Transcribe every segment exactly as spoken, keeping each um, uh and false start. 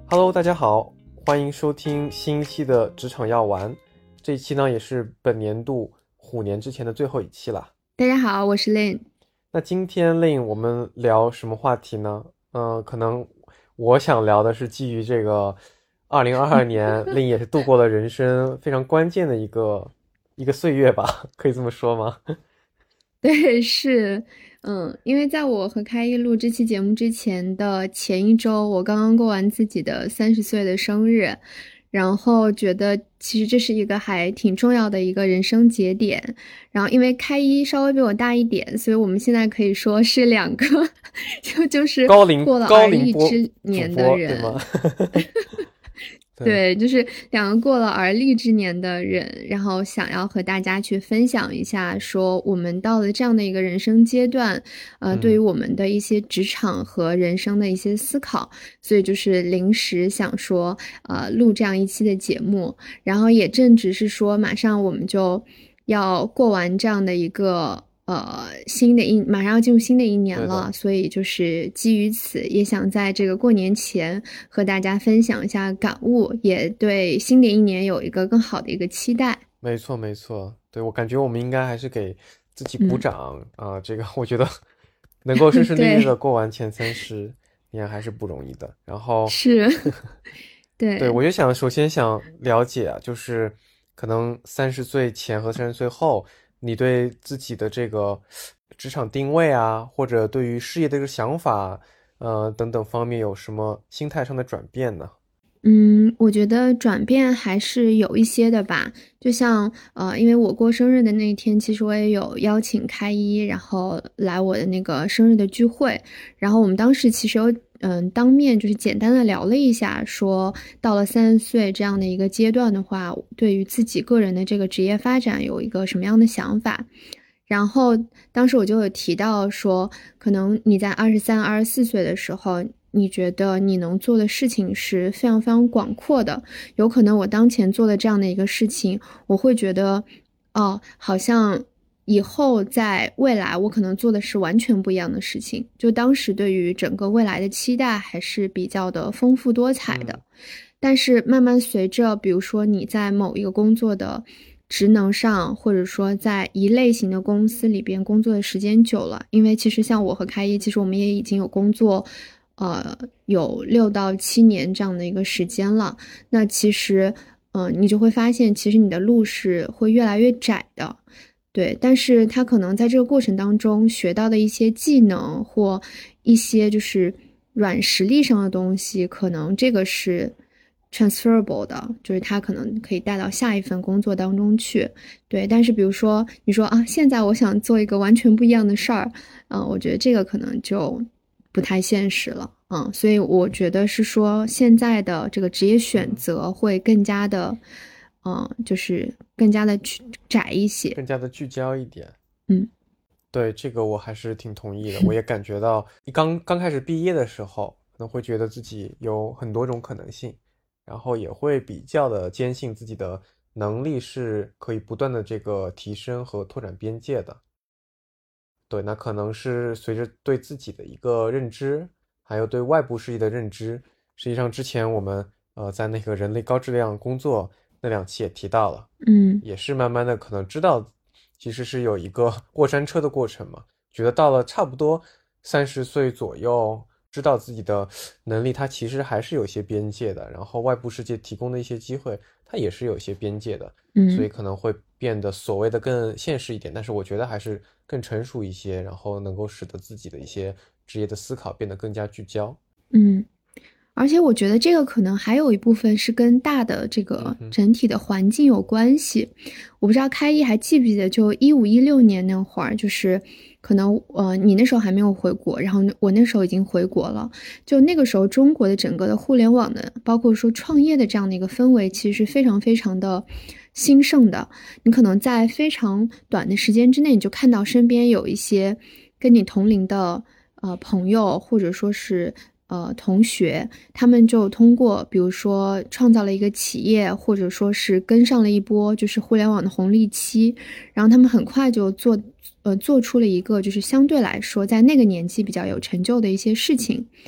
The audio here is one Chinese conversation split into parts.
Hello，大家好，欢迎收听新一期的职场药丸。这一期呢，也是本年度虎年之前的最后一期了。 大家好，我是 Lin。 那今天 Lin 我们聊什么话题呢？嗯、呃，可能我想聊的是基于这个二零二二年Lin 也是度过了人生非常关键的一个一个岁月吧，可以这么说吗？ 对，是，嗯，因为在我和开一录这期节目之前的前一周，我刚刚过完自己的三十岁的生日，然后觉得其实这是一个还挺重要的一个人生节点。然后因为开一稍微比我大一点，所以我们现在可以说是两个，就就是高龄过了高而立龄播之年的主播对吗？ 人。 对。 对，就是两个过了而立之年的人，然后想要和大家去分享一下，说我们到了这样的一个人生阶段，呃，对于嗯。 我们的一些职场和人生的一些思考，所以就是临时想说，呃，录这样一期的节目，然后也正值是说，马上我们就要过完这样的一个。呃，新的一马上要进入新的一年了， 对的。 所以就是基于此，也想在这个过年前和大家分享一下感悟，也对新的一年有一个更好的一个期待。 没错，没错，对，我感觉我们应该还是给自己鼓嗯， 掌啊！这个我觉得能够顺顺利利的对， 过完前三十年还是不容易的。然后， 是， 对， 对。 我就想首先想了解啊，就是可能三十岁前和三十岁后，你对自己的这个职场定位啊，或者对于事业的这个想法，呃，等等方面有什么心态上的转变呢？ 嗯，我觉得转变还是有一些的吧。就像呃，因为我过生日的那一天，其实我也有邀请开一，然后来我的那个生日的聚会。然后我们当时其实有嗯、当面就是简单的聊了一下，说到了三十岁这样的一个阶段的话，对于自己个人的这个职业发展有一个什么样的想法。然后当时我就有提到说，可能你在二十三、二十四岁的时候，你觉得你能做的事情是非常非常广阔的。有可能我当前做的这样的一个事情，我会觉得，哦，好像以后在未来我可能做的是完全不一样的事情。就当时对于整个未来的期待还是比较的丰富多彩嗯。 的。但是慢慢随着，比如说你在某一个工作的职能上，或者说在一类型的公司里边工作的时间久了，因为其实像我和开业，其实我们也已经有工作，呃，有六到七年这样的一个时间了。那其实，嗯、呃，你就会发现，其实你的路是会越来越窄的。对，但是他可能在这个过程当中学到的一些技能或一些就是软实力上的东西，可能这个是 transferable 的，就是他可能可以带到下一份工作当中去。对，但是比如说你说啊，现在我想做一个完全不一样的事儿，嗯、我觉得这个可能就不太现实了。嗯，所以我觉得是说现在的这个职业选嗯。 择会更加的，嗯，就是更加的去窄一些。 更加的聚焦一点。 嗯。 对，这个我还是挺同意的。我也感觉到，你刚刚开始毕业的时候，可能会觉得自己有很多种可能性，然后也会比较的坚信自己的能力是可以不断的这个提升和拓展边界的。对，那可能是随着对自己的一个认知，还有对外部世界的认知，实际上之前我们呃在那个人类高质量工作那两期也提到了， 嗯。 也是慢慢的可能知道，其实是有一个过山车的过程嘛。觉得到了差不多三十岁左右，知道自己的能力它其实还是有些边界的，然后外部世界提供的一些机会，它也是有一些边界的。所以嗯。 可能会变得所谓的更现实一点，但是我觉得还是更成熟一些，然后能够使得自己的一些职业的思考变得更加聚焦。 嗯。而且我觉得这个可能还有一部分是跟大的这个嗯哼。 整体的环境有关系。我不知道开一还记不记得，就一五一六年那会儿，就是可能呃你那时候还没有回国，然后我那时候已经回国了。就那个时候，中国的整个的互联网的，包括说创业的这样的一个氛围，其实是非常非常的兴盛的。你可能在非常短的时间之内，你就看到身边有一些跟你同龄的呃朋友，或者说是呃同学，他们就通过比如说创造了一个企业，或者说是跟上了一波就是互联网的红利期，然后他们很快就做呃做出了一个就是相对来说在那个年纪比较有成就的一些事情。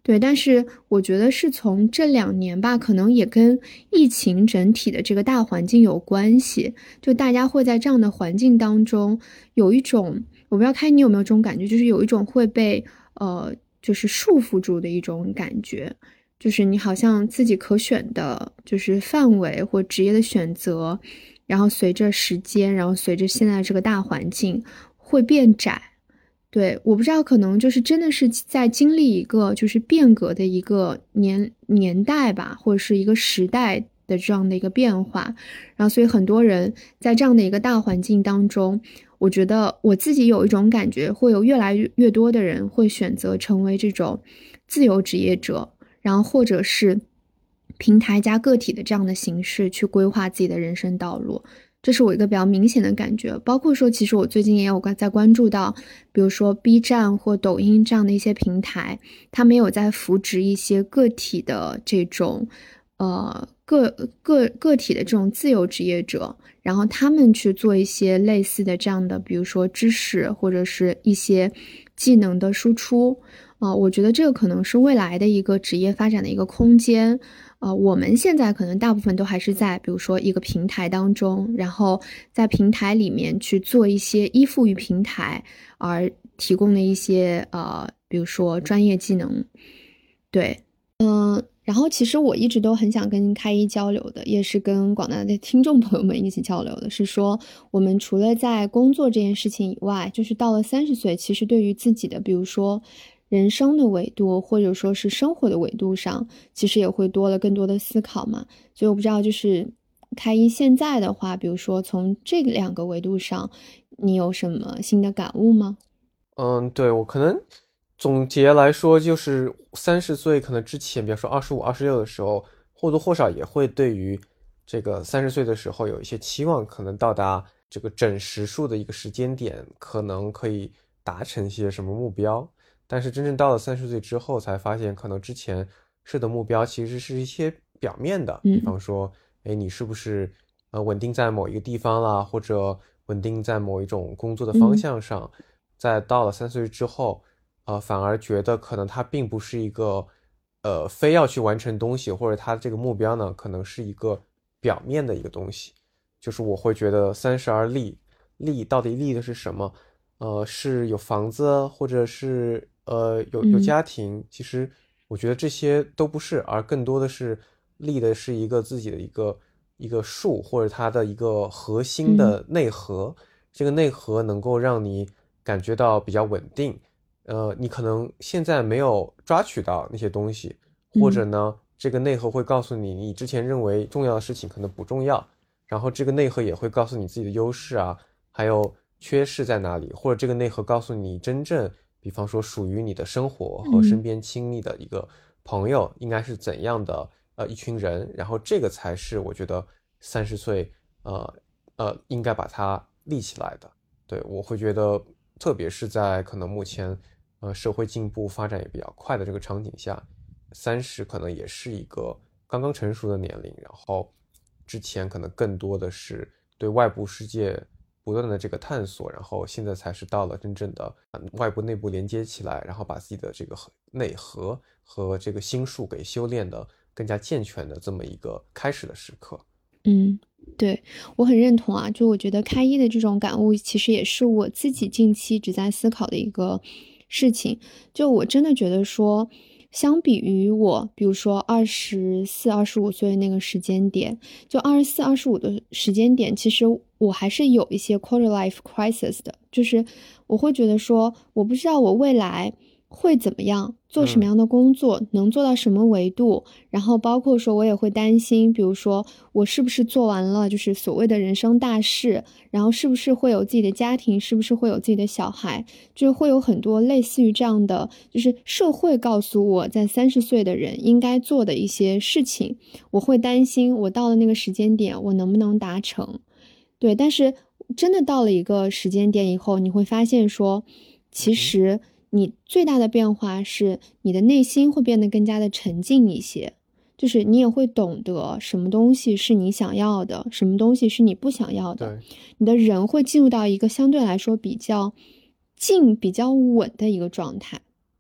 对，但是我觉得是从这两年吧，可能也跟疫情整体的这个大环境有关系。就大家会在这样的环境当中，有一种，我不知道开你有没有这种感觉，就是有一种会被呃，就是束缚住的一种感觉，就是你好像自己可选的，就是范围或职业的选择，然后随着时间，然后随着现在这个大环境会变窄。对，我不知道，可能就是真的是在经历一个就是变革的一个年年代吧，或者是一个时代的这样的一个变化，然后所以很多人在这样的一个大环境当中，我觉得我自己有一种感觉，会有越来越多的人会选择成为这种自由职业者，然后或者是平台加个体的这样的形式去规划自己的人生道路。这是我一个比较明显的感觉，包括说其实我最近也有在关注到，比如说 B 站或抖音这样的一些平台，他们有在扶植一些个体的这种呃个个个体的这种自由职业者，然后他们去做一些类似的这样的，比如说知识或者是一些技能的输出。呃，我觉得这个可能是未来的一个职业发展的一个空间。呃，我们现在可能大部分都还是在比如说一个平台当中，然后在平台里面去做一些依附于平台而提供的一些呃，比如说专业技能。对，嗯、呃，然后其实我一直都很想跟开一交流的，也是跟广大的听众朋友们一起交流的，是说我们除了在工作这件事情以外，就是到了三十岁，其实对于自己的比如说人生的维度或者说是生活的维度上，其实也会多了更多的思考嘛。所以我不知道就是开一现在的话，比如说从这两个维度上，你有什么新的感悟吗？ 嗯，对，我可能总结来说，就是三十岁可能之前，比方说二十五、二十六的时候，或多或少也会对于这个三十岁的时候有一些期望，可能到达这个整实数的一个时间点，可能可以达成一些什么目标。但是真正到了三十岁之后，才发现可能之前设的目标其实是一些表面的，比嗯方说，哎，你是不是呃稳定在某一个地方啦，或者稳定在某一种工作的方嗯向上。在到了三十岁之后，呃，反而觉得可能它并不是一个呃非要去完成东西，或者它这个目标呢，可能是一个表面的一个东西。就是我会觉得三十而立，立到底立的是什么？呃，是有房子，或者是呃有有嗯家庭。其实我觉得这些都不是，而更多的是立的是一个自己的一个一个树，或者它的一个核心嗯的内核。这个内核能够让你感觉到比较稳定。呃，你可能现在没有抓取到那些东西，或者嗯呢，这个内核会告诉你，你之前认为重要的事情可能不重要。然后这个内核也会告诉你自己的优势啊，还有缺失在哪里，或者这个内核告诉你真正，比方说属于你的生活和身嗯边亲密的一个朋友应该是怎样的呃一群人，然后这个才是我觉得三十岁呃呃应该把它立起来的。对，我会觉得，特别是在可能目前呃社会进步发展也比较快的这个场景下，三十可能也是一个刚刚成熟的年龄，然后之前可能更多的是对外部世界不断的这个探索，然后现在才是到了真正的外部内部连接起来，然后把自己的这个内核和这个心术给修炼的更加健全的这么一个开始的时刻。 嗯，对，我很认同啊。就我觉得开一的这种感悟，其实也是我自己近期一直在思考的一个事情。就我真的觉得说，相比于我，比如说二十四、二十五岁那个时间点，就二十四、二十五的时间点，其实我还是有一些 quarter life crisis 的，就是我会觉得说，我不知道我未来会怎么样，做什么嗯样的工作，能做到什么维度，然后包括说我也会担心，比如说我是不是做完了就是所谓的人生大事，然后是不是会有自己的家庭，是不是会有自己的小孩，就是会有很多类似于这样的，就是社会告诉我在三十岁的人应该做的一些事情，我会担心我到了那个时间点，我能不能达成。对，但是真的到了一个时间点以后，你会发现说，其嗯实你最大的变化是你的内心会变得更加的沉静一些，就是你也会懂得什么东西是你想要的，什么东西是你不想要的， 对， 你的人会进入到一个相对来说比较静、比较稳的一个状态。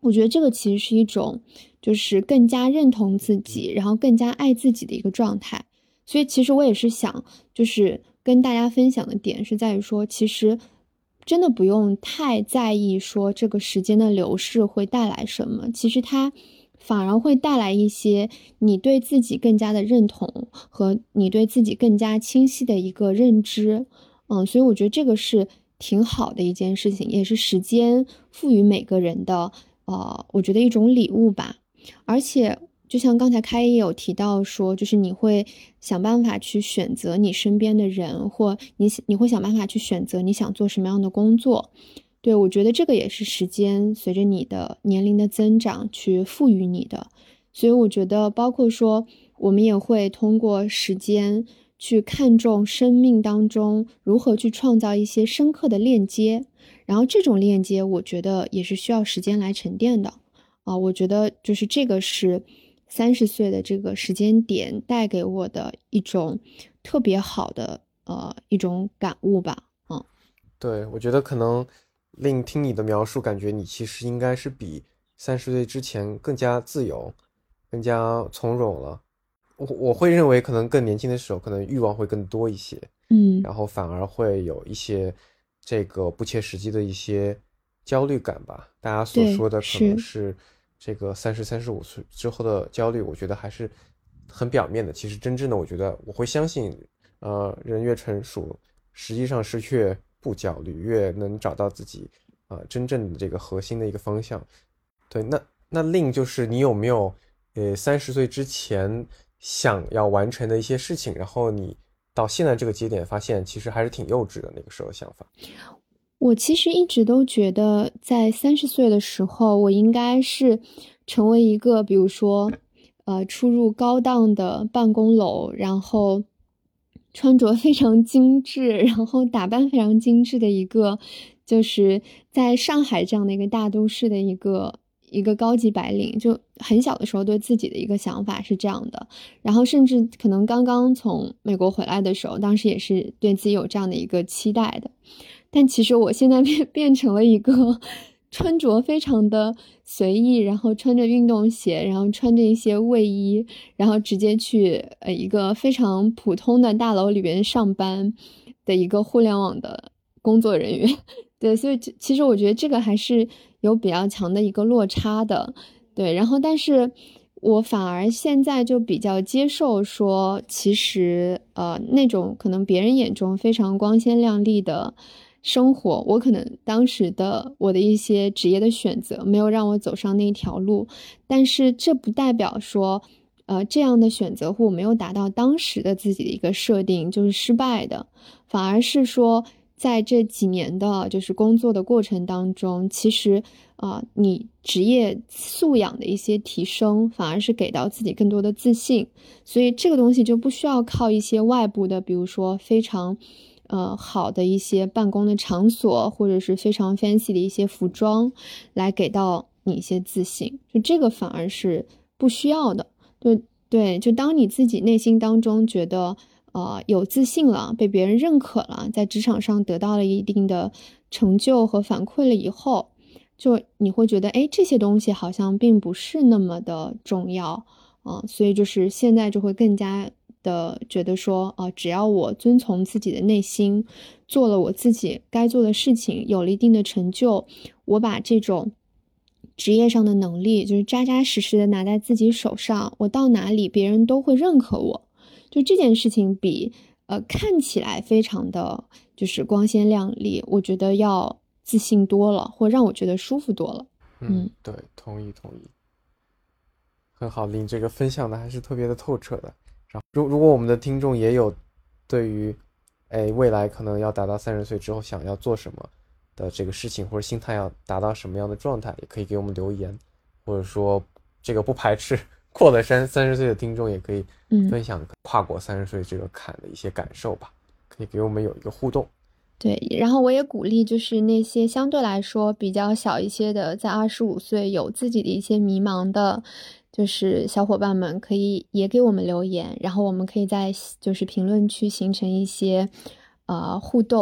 我觉得这个其实是一种就是更加认同自己，然后更加爱自己的一个状态。所以其实我也是想就是跟大家分享的点是在于说，其实真的不用太在意说这个时间的流逝会带来什么，其实它反而会带来一些你对自己更加的认同和你对自己更加清晰的一个认知。嗯，所以我觉得这个是挺好的一件事情，也是时间赋予每个人的呃，我觉得一种礼物吧。而且就像刚才开也有提到说，就是你会想办法去选择你身边的人，或你你会想办法去选择你想做什么样的工作。对，我觉得这个也是时间随着你的年龄的增长去赋予你的。所以我觉得包括说我们也会通过时间去看重生命当中如何去创造一些深刻的链接，然后这种链接我觉得也是需要时间来沉淀的啊。我觉得就是这个是三十岁的这个时间点带给我的一种特别好的呃一种感悟吧。嗯， 对，我觉得可能令听你的描述，感觉你其实应该是比三十岁之前更加自由，更加从容了。我我会认为，可能更年轻的时候，可能欲望会更多一些， 嗯， 然后反而会有一些这个不切实际的一些焦虑感吧。大家所对， 说的可能是， 是这个三十三十五岁之后的焦虑，我觉得还是很表面的。其实真正的，我觉得我会相信，呃，人越成熟，实际上是越不焦虑，越能找到自己啊、呃真正的这个核心的一个方向。对，那那另就是你有没有呃三十岁之前想要完成的一些事情，然后你到现在这个节点发现其实还是挺幼稚的那个时候的想法。 我其实一直都觉得在三十岁的时候，我应该是成为一个比如说，呃，出入高档的办公楼，然后穿着非常精致，然后打扮非常精致的一个就是在上海这样的一个大都市的一个一个高级白领。就很小的时候对自己的一个想法是这样的，然后甚至可能刚刚从美国回来的时候，当时也是对自己有这样的一个期待的。但其实我现在变变成了一个穿着非常的随意，然后穿着运动鞋，然后穿着一些卫衣，然后直接去呃一个非常普通的大楼里边上班的一个互联网的工作人员。对，所以其实我觉得这个还是有比较强的一个落差的。对，然后但是我反而现在就比较接受说，其实呃那种可能别人眼中非常光鲜亮丽的生活，我可能当时的我的一些职业的选择没有让我走上那条路，但是这不代表说呃这样的选择或我没有达到当时的自己的一个设定就是失败的，反而是说在这几年的就是工作的过程当中，其实啊、呃你职业素养的一些提升，反而是给到自己更多的自信。所以这个东西就不需要靠一些外部的，比如说非常呃好的一些办公的场所，或者是非常 fancy 的一些服装来给到你一些自信，就这个反而是不需要的。对对，就当你自己内心当中觉得呃有自信了，被别人认可了，在职场上得到了一定的成就和反馈了以后，就你会觉得，哎，这些东西好像并不是那么的重要。啊、呃所以就是现在就会更加的觉得说，啊、呃只要我遵从自己的内心，做了我自己该做的事情，有了一定的成就，我把这种职业上的能力，就是扎扎实实的拿在自己手上，我到哪里别人都会认可我。就这件事情比呃看起来非常的就是光鲜亮丽，我觉得要自信多了，或让我觉得舒服多了。 嗯， 嗯对，同意同意，很好，您这个分享的还是特别的透彻的。然后，如如果我们的听众也有对于，哎，未来可能要达到三十岁之后想要做什么的这个事情，或者心态要达到什么样的状态，也可以给我们留言，或者说这个不排斥过了三三十岁的听众也可以嗯。 分享跨过三十岁这个坎的一些感受吧，可以给我们有一个互动。 对，然后我也鼓励，就是那些相对来说比较小一些的，在二十五岁有自己的一些迷茫的，就是小伙伴们，可以也给我们留言，然后我们可以在就是评论区形成一些呃互动。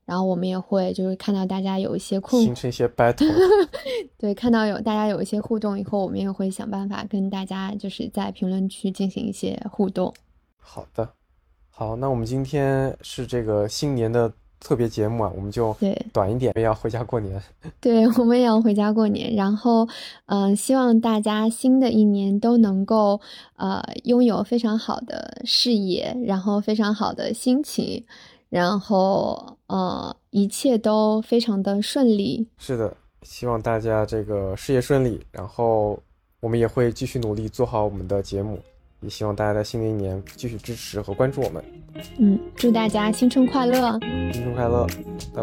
然后我们也会就是看到大家有一些困形成一些 battle 对，看到有大家有一些互动以后，我们也会想办法跟大家就是在评论区进行一些互动。 好的，好，那我们今天是这个新年的特别节目啊，我们就对短一点，要回家过年。 对，我们也要回家过年，然后嗯、呃，希望大家新的一年都能够呃拥有非常好的事业，然后非常好的心情，然后呃一切都非常的顺利。 是的，希望大家这个事业顺利，然后我们也会继续努力做好我们的节目，也希望大家在新的一年继续支持和关注我们。 嗯，祝大家新春快乐！ 新春快乐，拜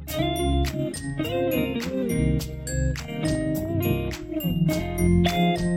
拜。Thank you.